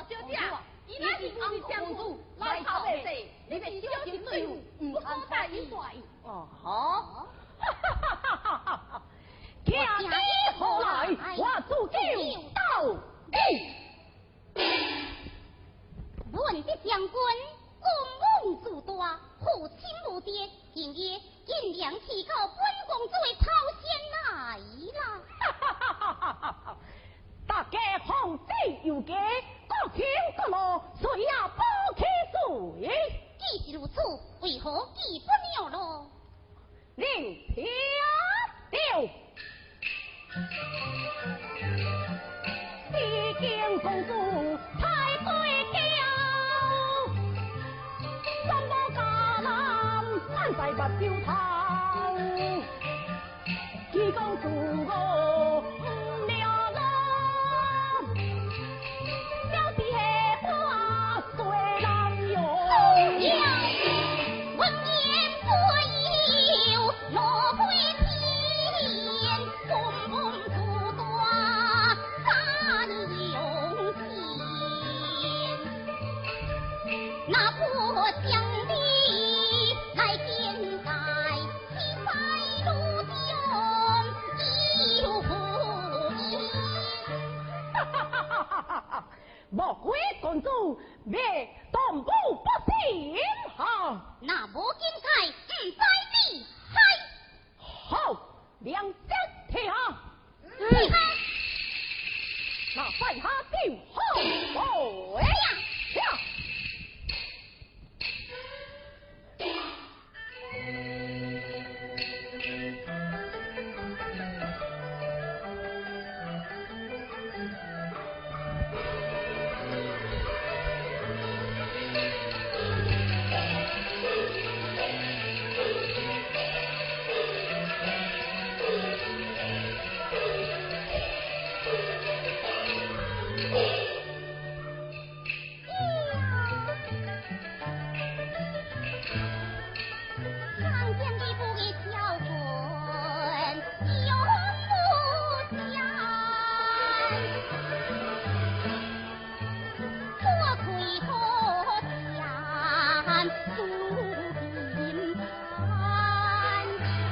小姐，伊那是不是将军来讨百岁？你的小心对付，不可大意。 哦好，听你何来？我自就到底。 论的将军公武自大，父亲无爹，今夜尽量提高本公子为朝鲜来了。 大家放水又家，各听各路，谁也不起水。 既是如此，为何记不了咯？ 令飘掉。西京公主太贵娇，三宝家男满在白酒头，西公主我不了了，小弟下花随郎用。 闻言不由落归天，公公主大大有心，那破将的来见在西塞路中有福音。 莫非公主灭动武不行哈？ 那无金在不在厉害？ 好，两相贴下， 厉害！ 那在下就好哎呀呀！ 上将的不给小quân永不降，多亏何天助兵盘，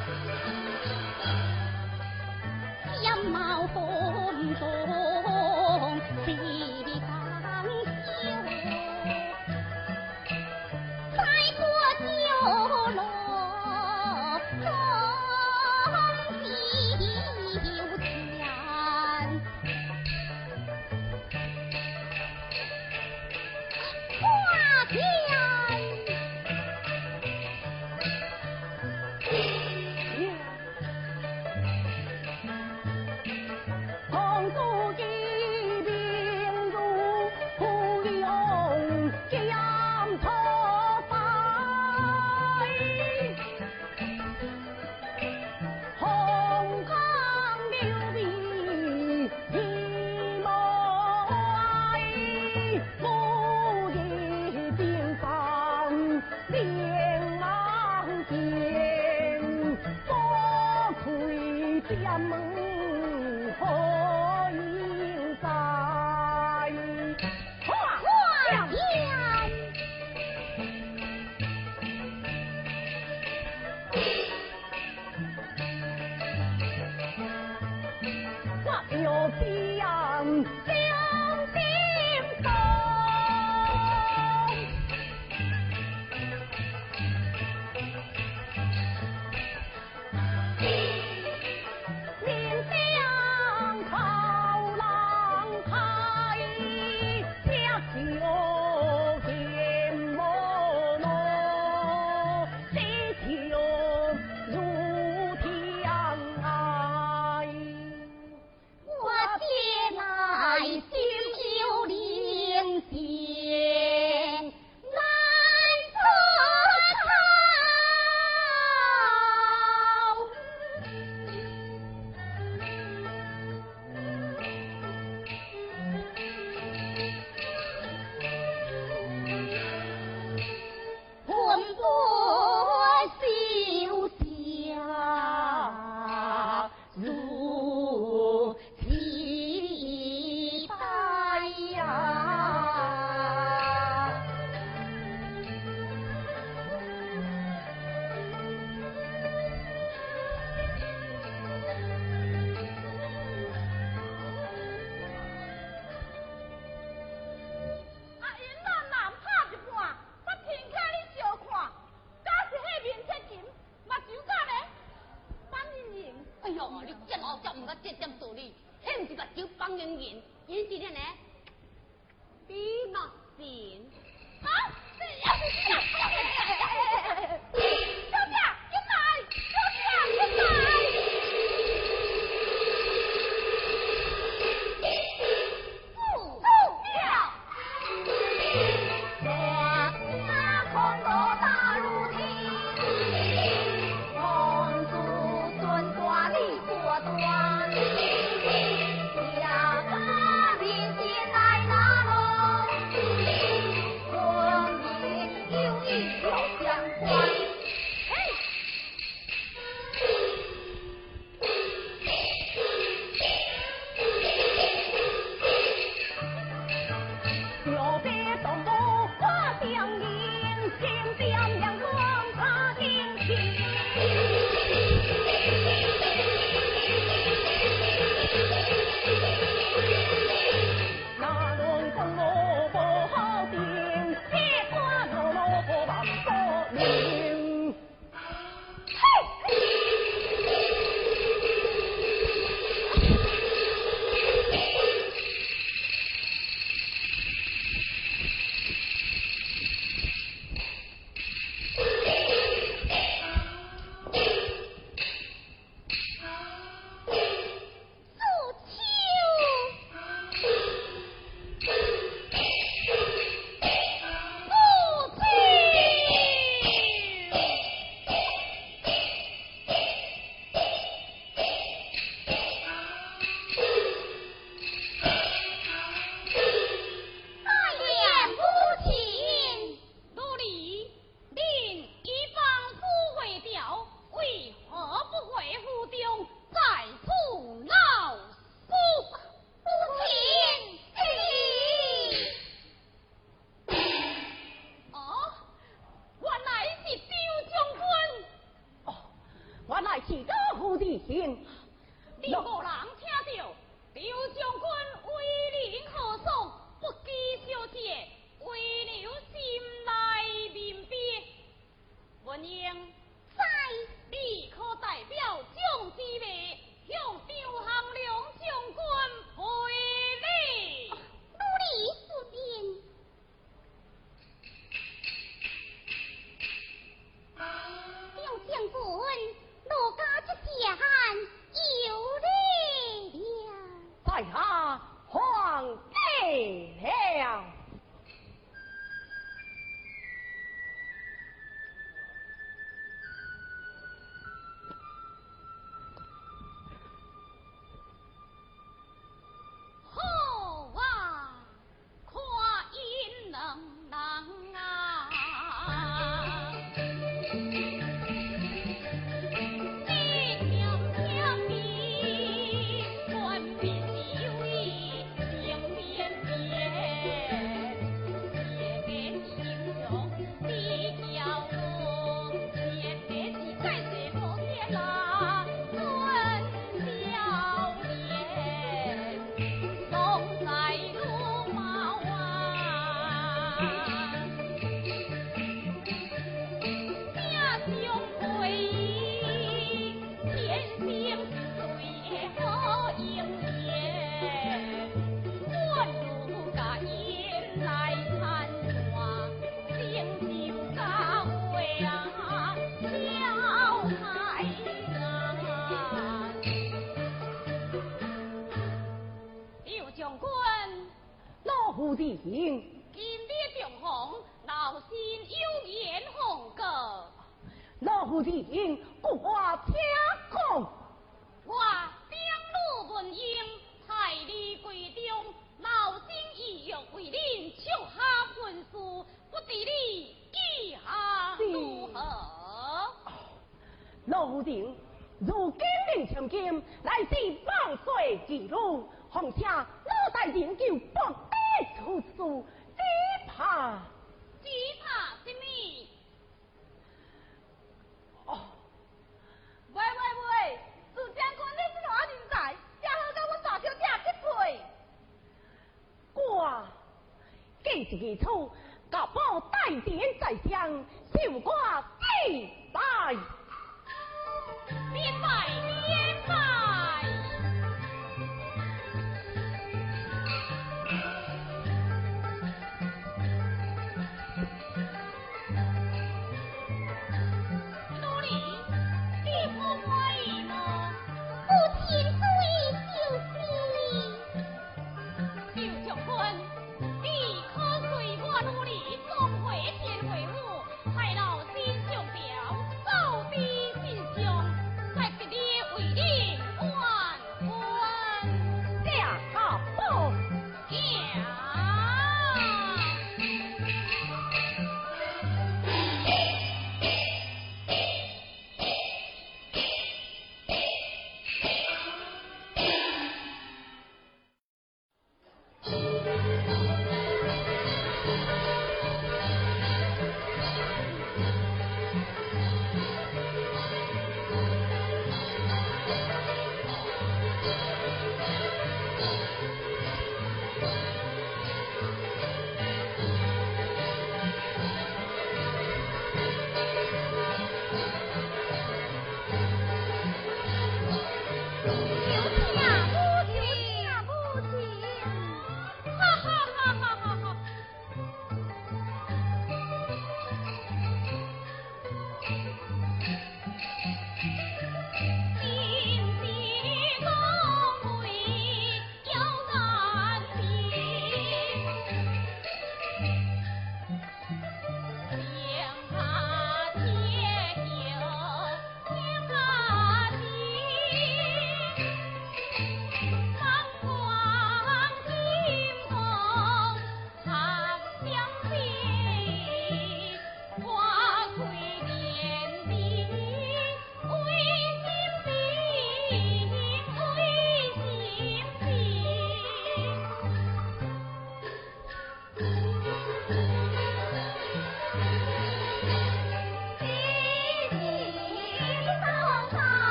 相貌风中气刚修。再过九龙中九泉，花间公主一病入苦用江头白，红康流鼻一毛爱，不一病房连昂见，多亏家门。何应在？ 花间我有病将心痛，面向靠郎开，家酒人言，演是呢？比目前。啊！小姐，进来！小姐，进来！ 夫弟兄， 今日重逢，老身有言奉告。 老夫弟兄，我听讲。 我长路文英，太理贵中，老身意欲为恁出下婚事，不知你意下如何？ 老夫弟，如今令长剑来自万岁之路，况且老大人就不得出事，只怕什么？ 哦， 喂，主将军，你这老人才，也好甲阮大小姐匹配。 我既一个处，甲宝大典在上，受我祭拜。 连拜。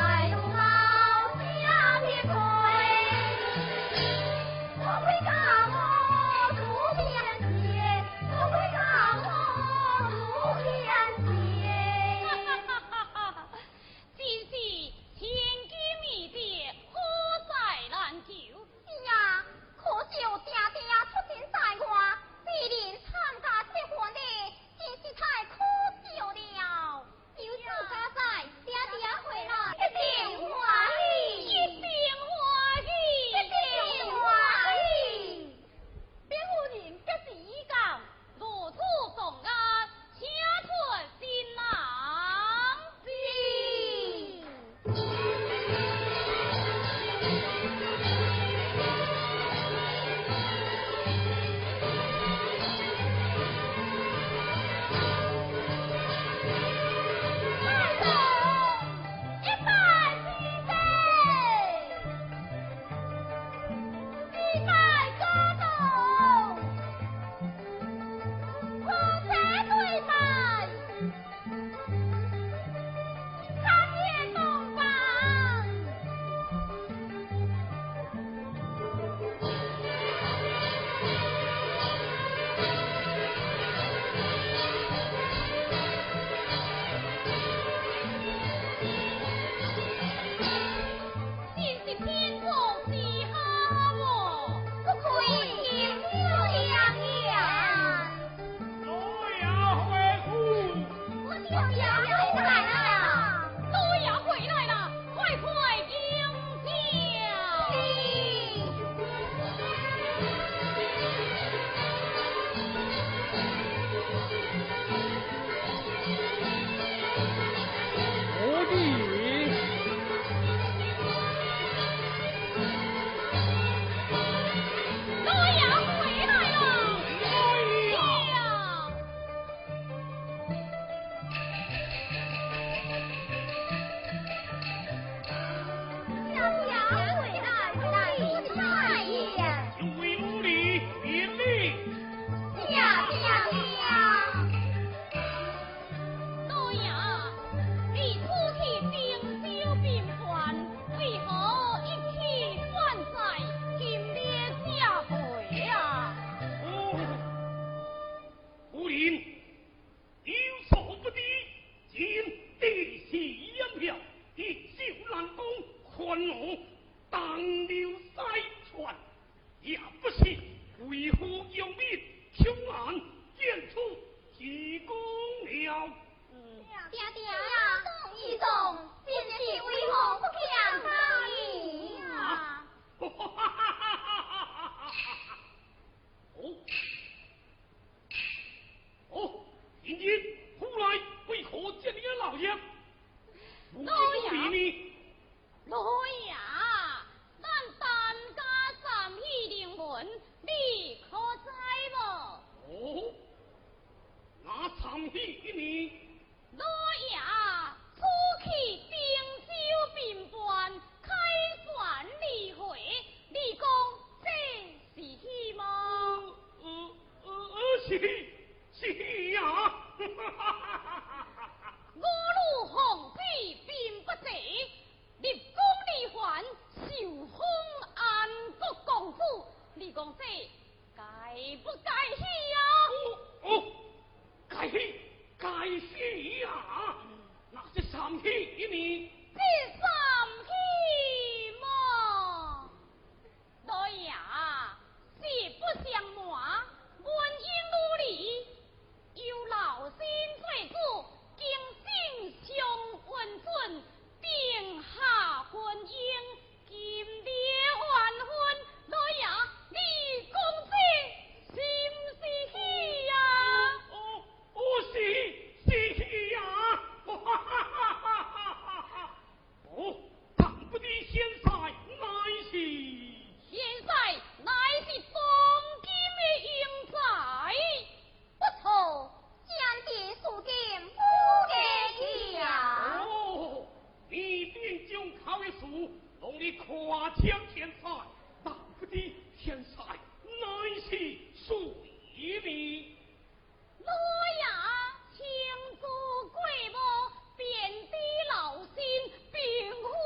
请诸贵母遍地劳心，并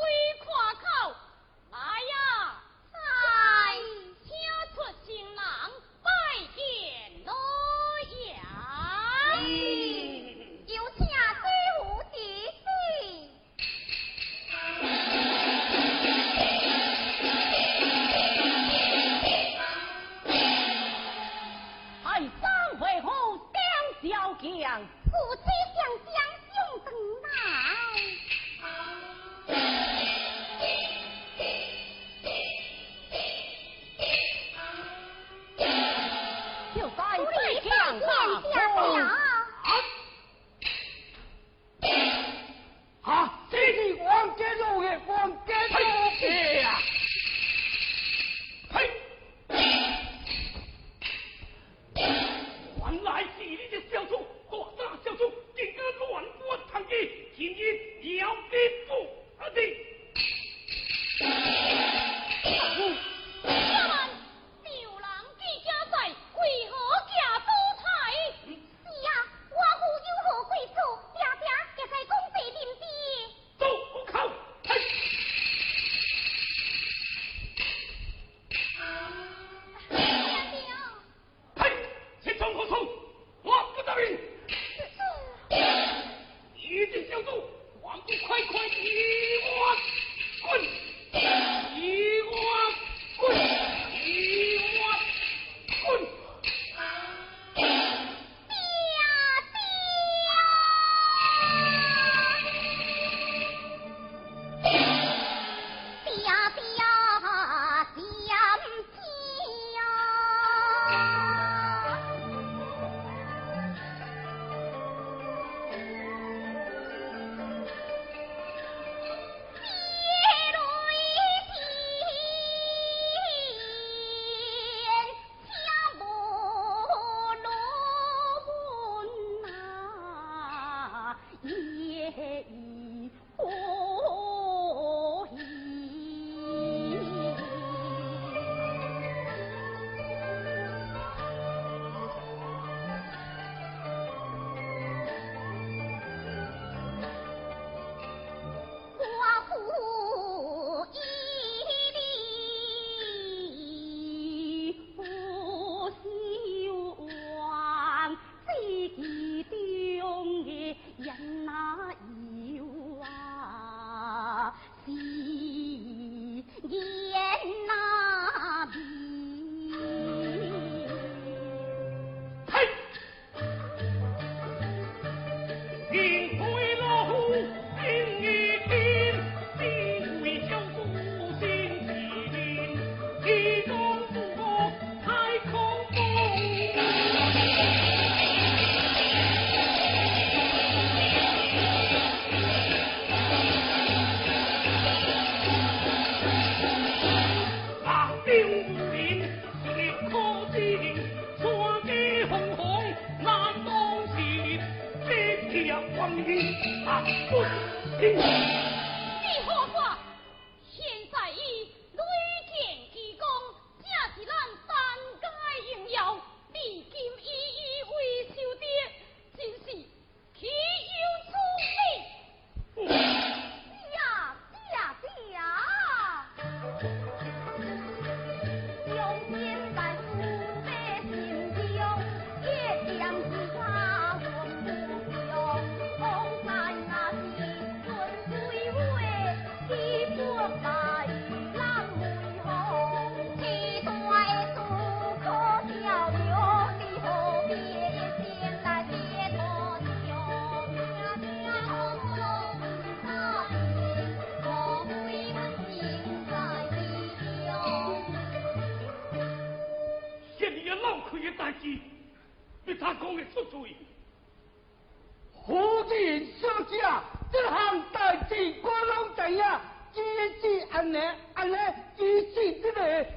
你他讲的出罪， 夫人小姐，这项代志我拢知影，只是安尼，只是这个，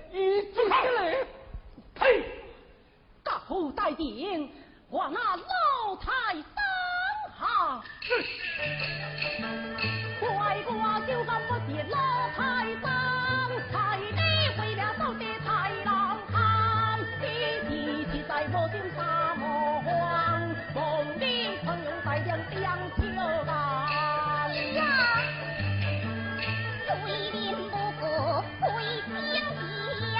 嘿， 家父大人，我那老太生下，怪我就咁不是老太生，才你为了走的太郎汉，你实在无心啥魔荒，奉你朋友带领两条干。 虽然不过会惊天，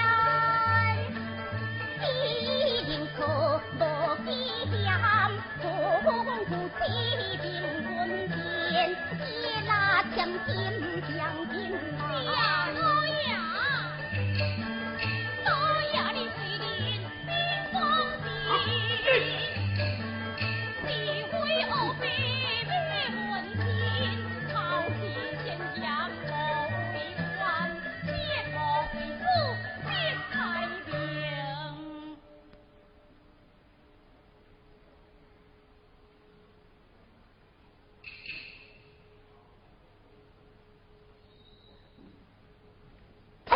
一定可无几点，夫妻并稳健，一拉强心相亲相爱呀。多呀你为人民公平，是为恶非灭问题，靠起先将我为官，灭恶为主，灭太平。 嘿，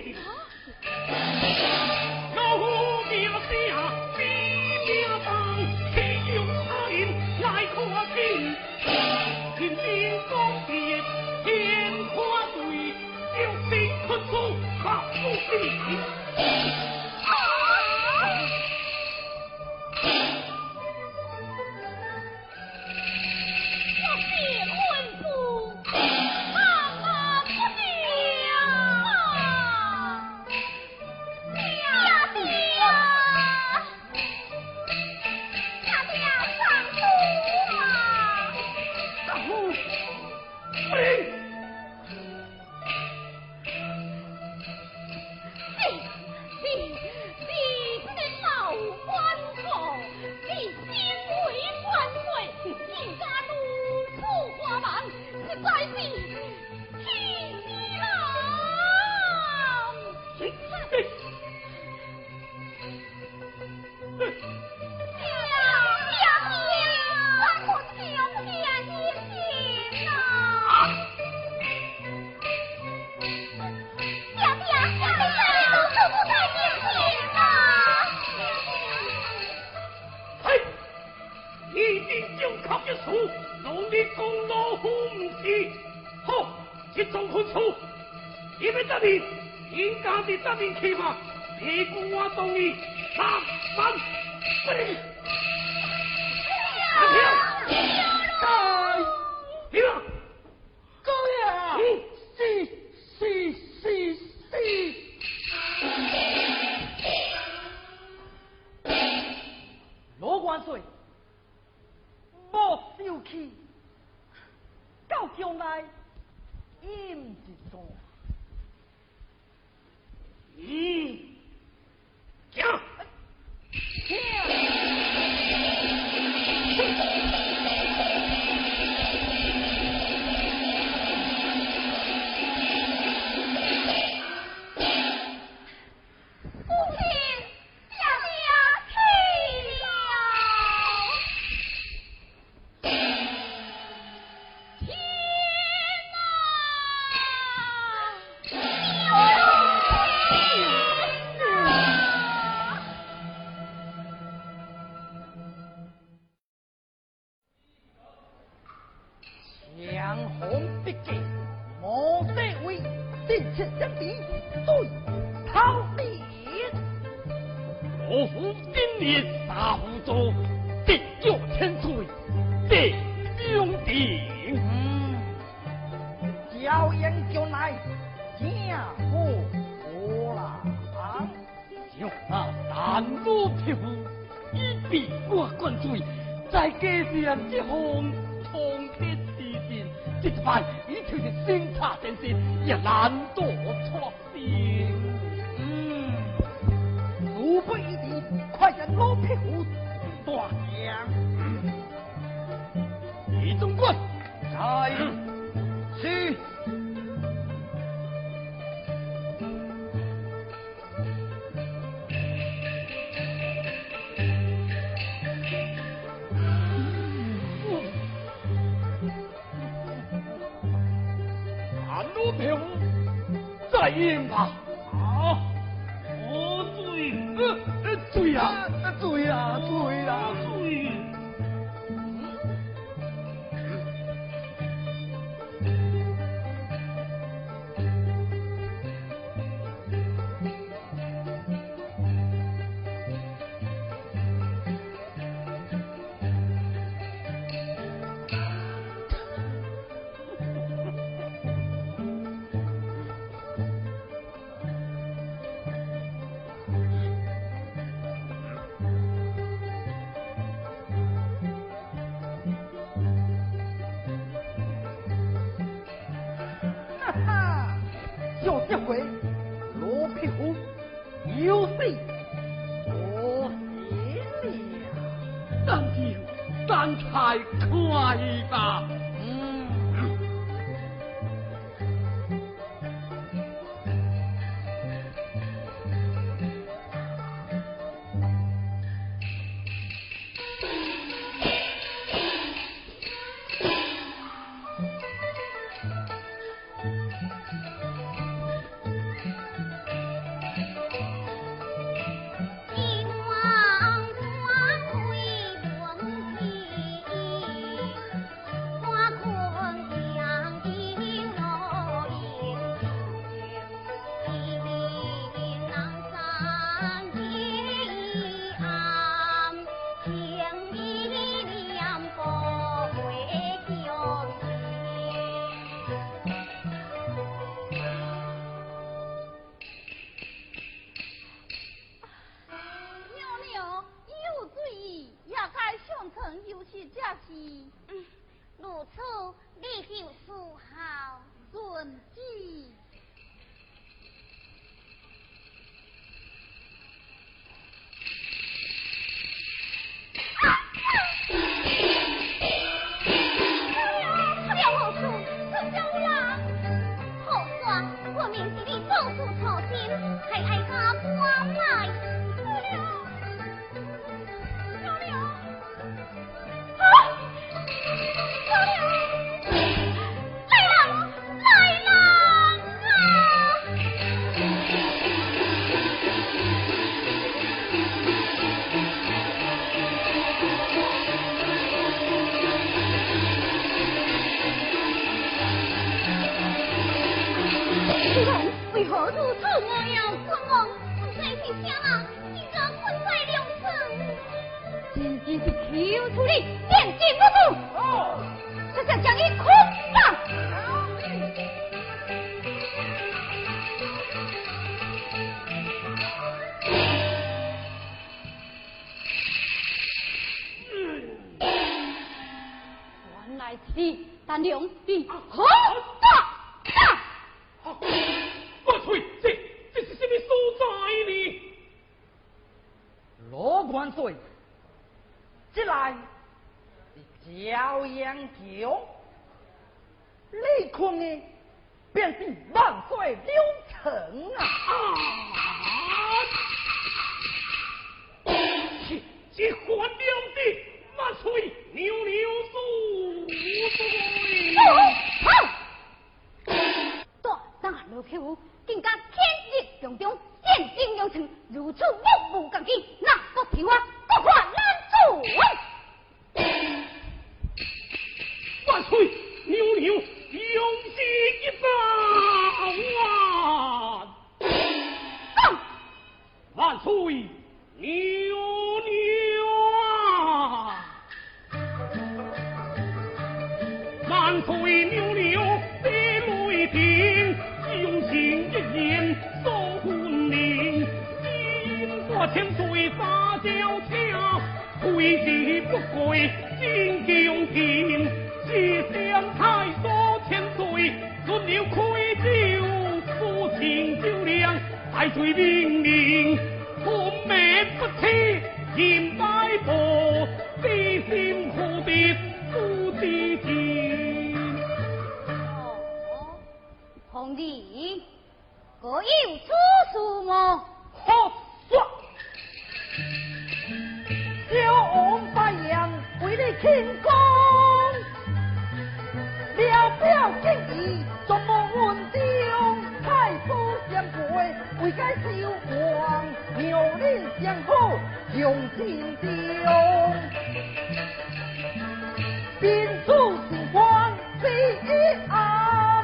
老夫命下比命棒，气用他人来可敬，天兵光烈，天花队，有心困苦，靠不平。去吧，别顾我动你3番4，你嘛， 高爷，是，罗万岁，莫小气，到将来应一段。 行。 就是新茶先生也难躲创新。如不一定，快将老匹夫大将。李总管，在是。再饮吧。好，我醉啊，醉啊，醉啊，醉。这回罗匹夫有罪我死了，当天咱才快吧。 如此，你就属好，遵旨。为何如此？我要国王，这是啥人？竟然困在梁城，真是求出你变进不住！哦，这下将你捆绑。原来是单梁的好大。 我吹，这是什么所在呢？ 罗万岁，这来是焦阳酒，你看呢，便是万岁流程啊！ 这还了得！万岁，牛速岁！ 大罗匹夫更加天意重重，现金有成，如此目无共击，那不听话，各款难做。 万岁，牛勇士一把万岁，牛啊！万岁，牛的雷霆。用心一言所魂灵，金瓜千岁撒娇俏，推己不跪金宫庭，西厢太多千岁。 太岁命令，不灭不弃，严摆布，地心蝴蝶不知情。 皇帝，可有此事么？ 好说。小王发言为你庆功，聊表敬意，怎么问中？太祖相陪，为解小王，妙人相好，用心中。宾主尽欢，第一案，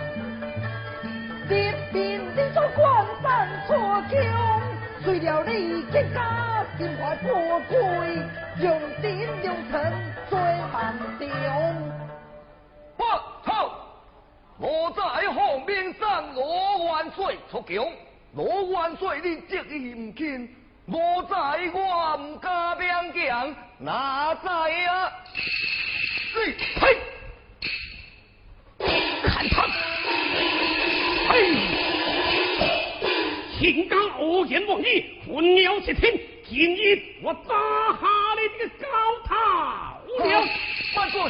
别边你所关山错宫，随了你结家心怀破贵，用心用诚最万中。 不错，我在后面上罗万岁出宫，罗万岁你责意唔轻，我在我唔加勉强，哪在啊？ 嘿，看他，嘿，情感恶言妄语，混淆视听，今日我打下你这个高头了。 万岁！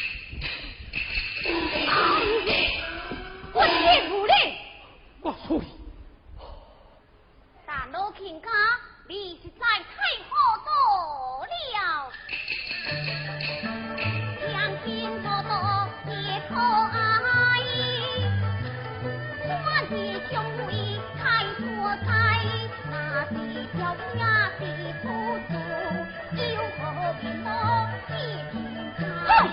我谢无礼。 万岁！ 但老卿家，你实在太好做了。相亲多多也可爱，花姐相会太多彩，那是小家的出处，又何必我谢天才？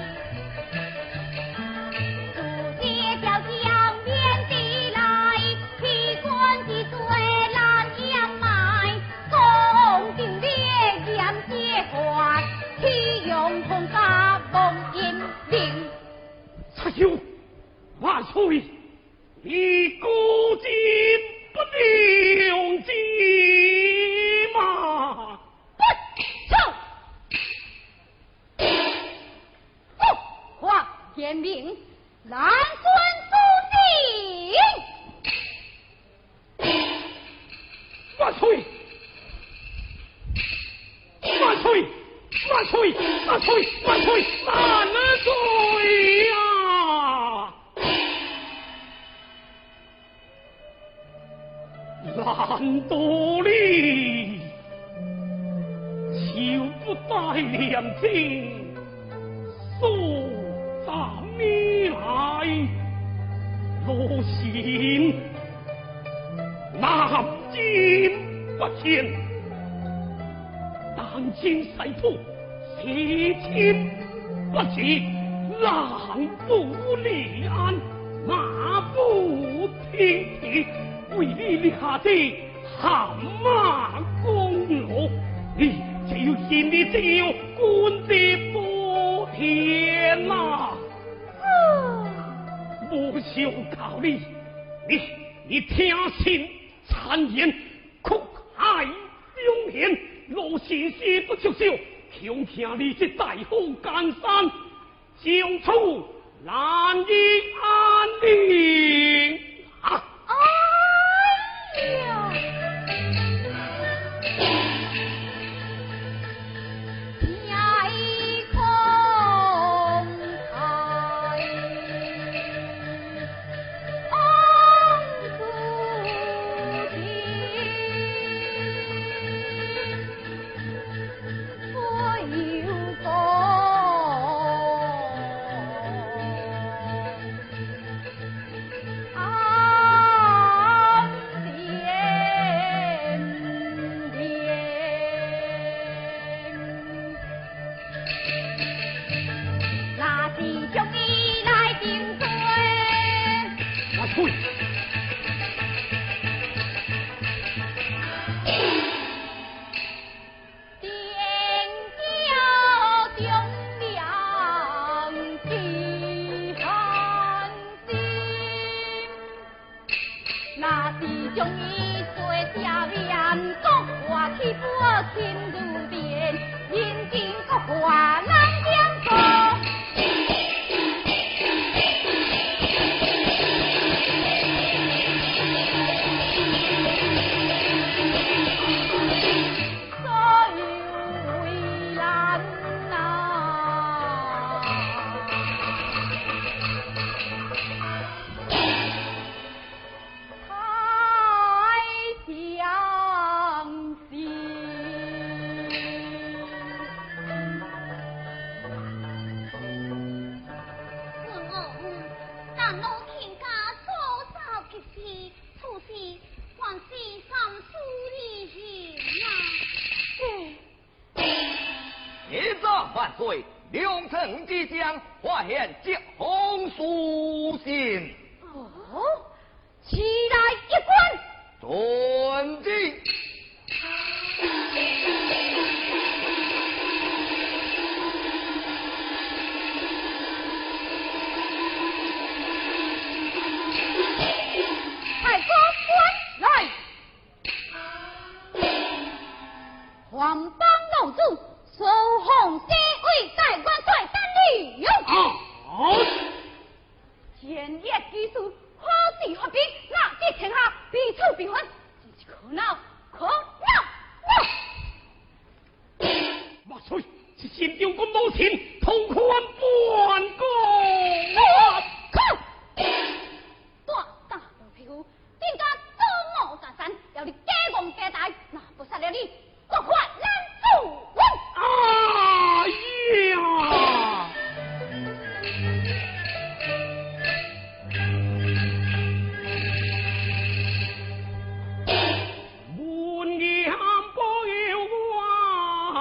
主姐叫江面地来，披冠的水蓝阳埋，公定烈焰结花，岂用红纱梦银铃？ 蔡兄，万岁！你古今不留计嘛？ 不走！皇天命，南孙朱棣。 万岁！万岁！万岁！万岁！万岁！万岁呀！难道你就不带良心诉咱你来？罗心南京不迁，当今世父西迁不齐，狼不离安，马不停蹄，为你立下的汗马功劳，你就要见你就要官职多天呐！不想靠你听信谗言，曲害忠贤，罗先生不出手，恐怕你这大好江山，将处难以安宁啊！ 哎呀！天空海，昂不停，非有岁，良辰吉将，发现接风书信。 哦，起来一观。 遵旨。 太公官来，黄帮老主收红西为代官帅单利用。前夜之事，好事发兵，那这天下彼此平分，真是可恼可恼。 万岁！是县长官老前同款半公。 大老屁股，点解做我干山，要你假公假大，那不杀了你，国法难主稳。 哎呀！门言不由我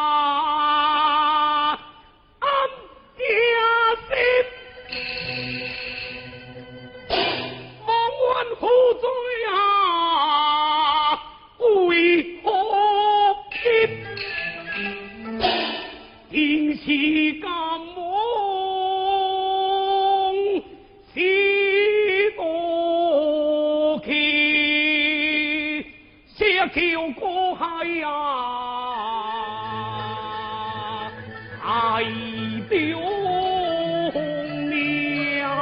暗家心。万何罪啊！为何偏定是感梦是多奇，写桥过海呀，爱表娘。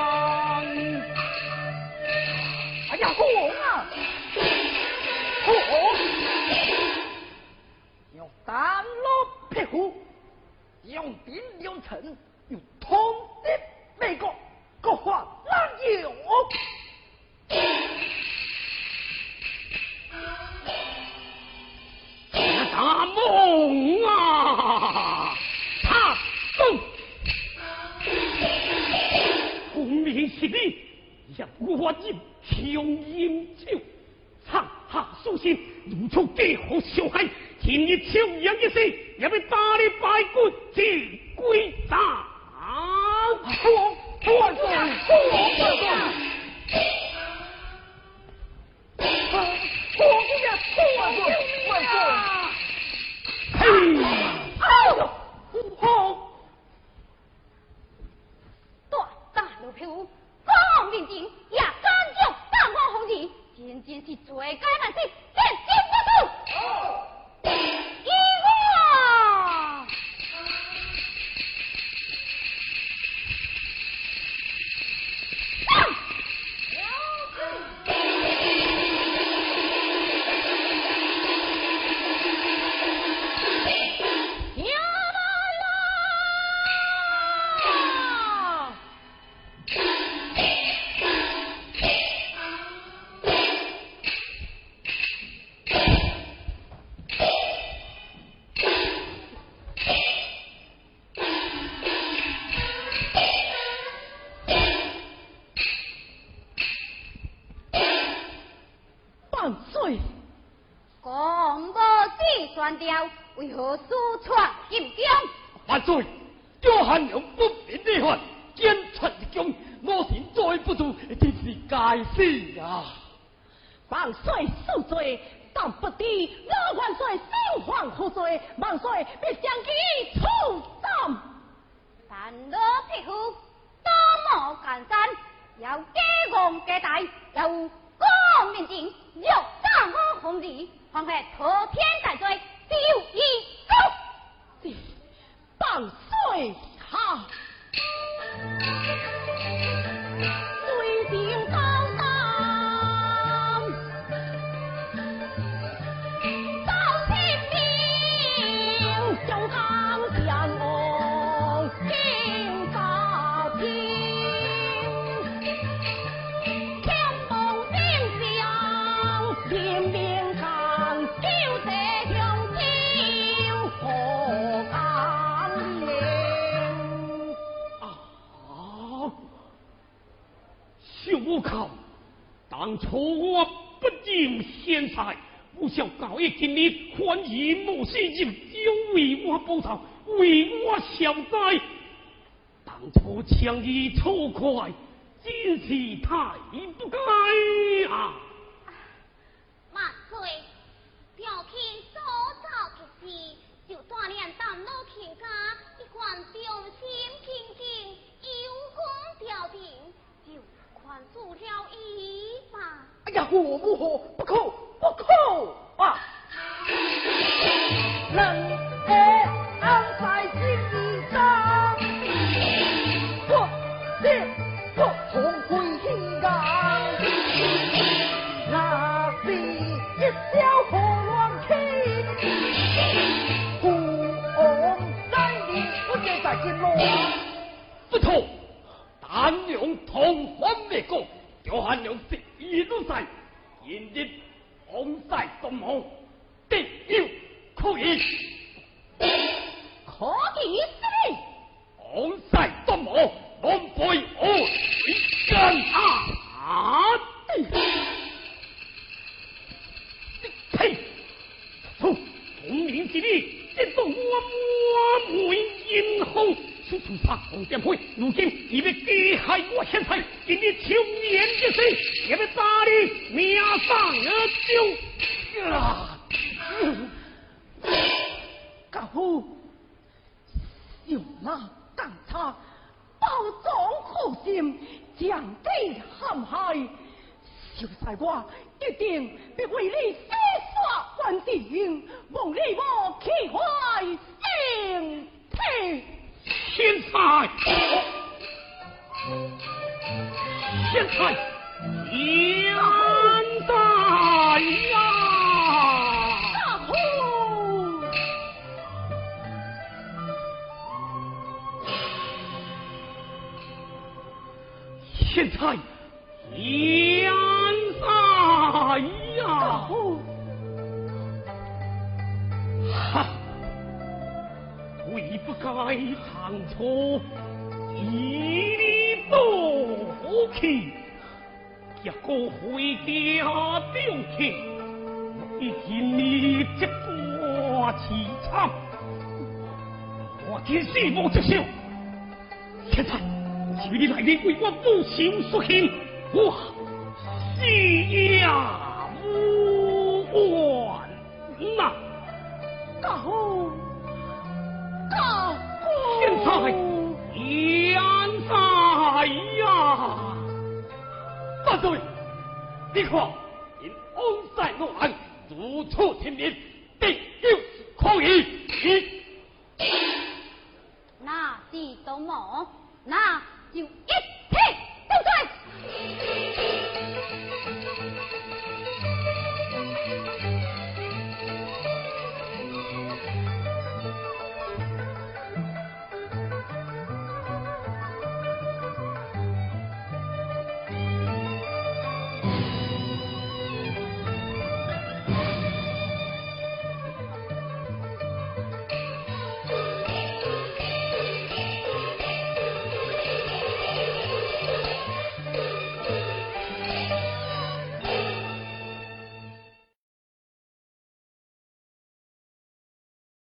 哎呀，国王啊！国王，用丹罗匹夫，用兵用城，用统敌美国，国法难用。 大梦啊！他动，红面是你，让我饮强饮酒，插下书信，如出几何小孩，今日超阳一死，也要打你败骨，即归斩。 国王，国王，国王，国王。国王姑娘，国王，万岁！ 嘿！ 好， 大老屁股，公面前也敢叫大我红字，真正是罪该万死，见不住。依我。 万岁！ 公哥子传调，为何私闯禁中？ 万岁！叫汉阳不免内患，奸臣一宗，我心再不住，真是该死啊！ 万岁恕罪，但不知我万岁心怀何罪，万岁必将其处斩。 但老匹夫多谋干山，要假公假大，要公面前若打我红字，况且thừa天大罪，丢一走。 万岁哈！水兵高胆，到天明，就当降我敬大厅，强谋定将，天命长，救这乡亲，何敢言？ 小靠！当初我不敬贤才， 不孝教义今日还以莫死人，要为我报仇，为我消灾。当初强以错快，真是太不该啊！ 万岁，朝廷所造的事，就锻炼淡老卿家，一贯忠心平静，有功调停，就宽恕了伊吧。 哎呀，不可啊！人安在心里上，不同归天降，那是一小可乱气，故王三年不见在金罗。 不错，但用同欢灭国，就喊用十二都赛，今日王赛东盟，敌有可以。 可以是王赛东盟，王辈我一干啊！呸！从明之理，这都我梅艳红。处处杀红点灰，如今已被击害我现在，今日秋年之时，也被打你命丧而就啊！ 家父，用那干茶，包装好心，将地陷害。就在我一定必为你洗刷还定，望你我气怀性体。 现在呀！ 大夫， 现在呀！ 大夫， 哈！为不该当初以你多气，结果回家中去，已经你这个凄惨，我今死无接受。现在求你来年为我报仇雪恨，我死也无怨呐！ 大夫。 现在呀！大队，你看，因安塞怒汉如此天面，敌有可以。 那是东盟，那就一